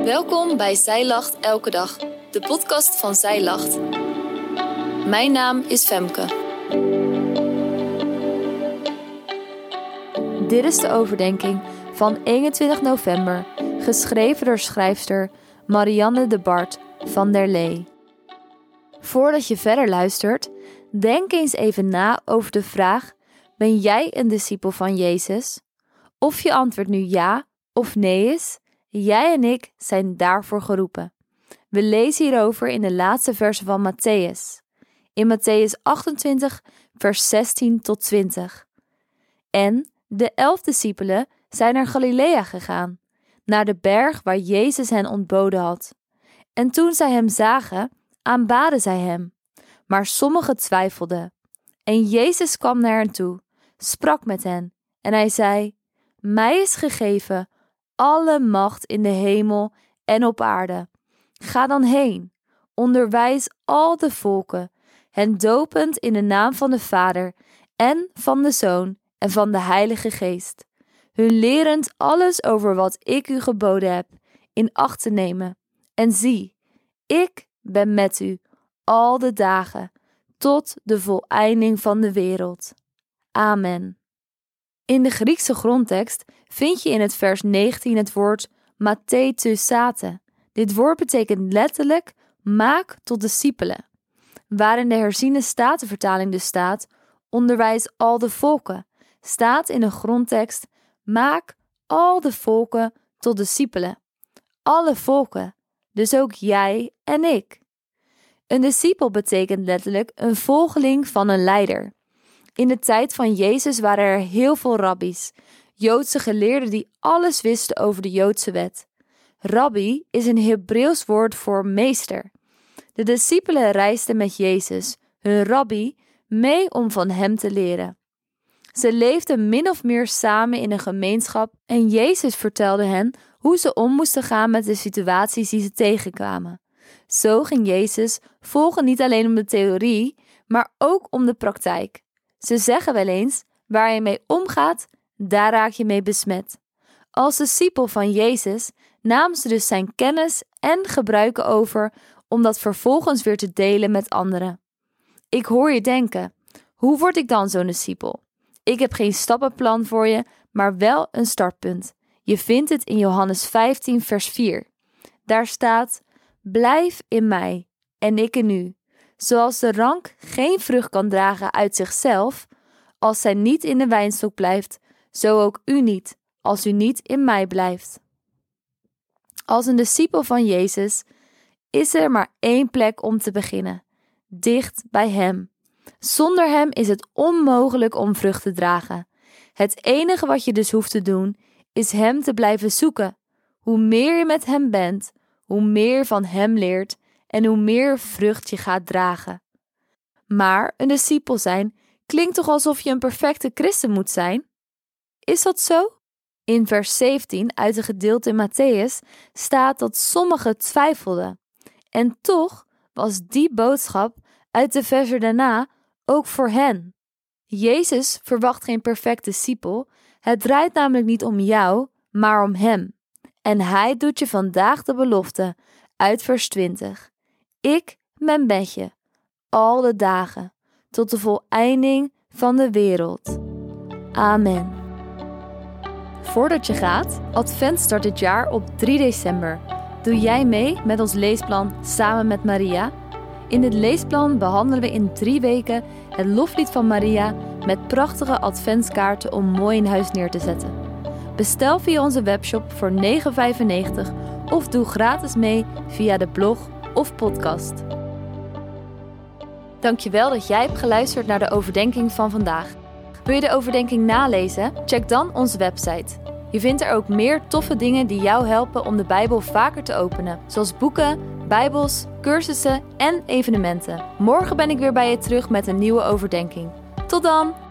Welkom bij Zij Lacht Elke Dag, de podcast van Zij Lacht. Mijn naam is Femke. Dit is de overdenking van 21 november, geschreven door schrijfster Marianne de Bart van der Lee. Voordat je verder luistert, denk eens even na over de vraag: ben jij een discipel van Jezus? Of je antwoord nu ja of nee is, jij en ik zijn daarvoor geroepen. We lezen hierover in de laatste versen van Mattheüs. In Mattheüs 28, vers 16 tot 20. En de 11 discipelen zijn naar Galilea gegaan, naar de berg waar Jezus hen ontboden had. En toen zij hem zagen, aanbaden zij hem. Maar sommigen twijfelden. En Jezus kwam naar hen toe, sprak met hen, en hij zei: mij is gegeven alle macht in de hemel en op aarde. Ga dan heen, onderwijs al de volken, hen dopend in de naam van de Vader en van de Zoon en van de Heilige Geest, hun lerend alles over wat ik u geboden heb in acht te nemen. En zie, ik ben met u al de dagen tot de voleinding van de wereld. Amen. In de Griekse grondtekst vind je in het vers 19 het woord mathetusate. Dit woord betekent letterlijk maak tot discipelen. Waar in de herziene statenvertaling dus staat onderwijs al de volken, staat in de grondtekst maak al de volken tot discipelen. Alle volken, dus ook jij en ik. Een discipel betekent letterlijk een volgeling van een leider. In de tijd van Jezus waren er heel veel rabbies, Joodse geleerden die alles wisten over de Joodse wet. Rabbi is een Hebreeuws woord voor meester. De discipelen reisden met Jezus, hun rabbi, mee om van hem te leren. Ze leefden min of meer samen in een gemeenschap en Jezus vertelde hen hoe ze om moesten gaan met de situaties die ze tegenkwamen. Zo ging Jezus volgen niet alleen om de theorie, maar ook om de praktijk. Ze zeggen wel eens, waar je mee omgaat, daar raak je mee besmet. Als discipel van Jezus namen ze dus zijn kennis en gebruiken over om dat vervolgens weer te delen met anderen. Ik hoor je denken, hoe word ik dan zo'n discipel? Ik heb geen stappenplan voor je, maar wel een startpunt. Je vindt het in Johannes 15 vers 4. Daar staat: blijf in mij en ik in u. Zoals de rank geen vrucht kan dragen uit zichzelf, als zij niet in de wijnstok blijft, zo ook u niet, als u niet in mij blijft. Als een discipel van Jezus is er maar één plek om te beginnen, dicht bij hem. Zonder hem is het onmogelijk om vrucht te dragen. Het enige wat je dus hoeft te doen, is hem te blijven zoeken. Hoe meer je met hem bent, hoe meer van hem leert en hoe meer vrucht je gaat dragen. Maar een discipel zijn klinkt toch alsof je een perfecte christen moet zijn? Is dat zo? In vers 17 uit een gedeelte in Mattheüs staat dat sommigen twijfelden. En toch was die boodschap uit de versen daarna ook voor hen. Jezus verwacht geen perfect discipel. Het draait namelijk niet om jou, maar om hem. En hij doet je vandaag de belofte uit vers 20. Ik ben met je, al de dagen, tot de voleinding van de wereld. Amen. Voordat je gaat, Advent start dit jaar op 3 december. Doe jij mee met ons leesplan Samen met Maria? In dit leesplan behandelen we in 3 weken het loflied van Maria met prachtige adventskaarten om mooi in huis neer te zetten. Bestel via onze webshop voor €9,95 of doe gratis mee via de blog of podcast. Dankjewel dat jij hebt geluisterd naar de overdenking van vandaag. Wil je de overdenking nalezen? Check dan onze website. Je vindt er ook meer toffe dingen die jou helpen om de Bijbel vaker te openen. Zoals boeken, Bijbels, cursussen en evenementen. Morgen ben ik weer bij je terug met een nieuwe overdenking. Tot dan!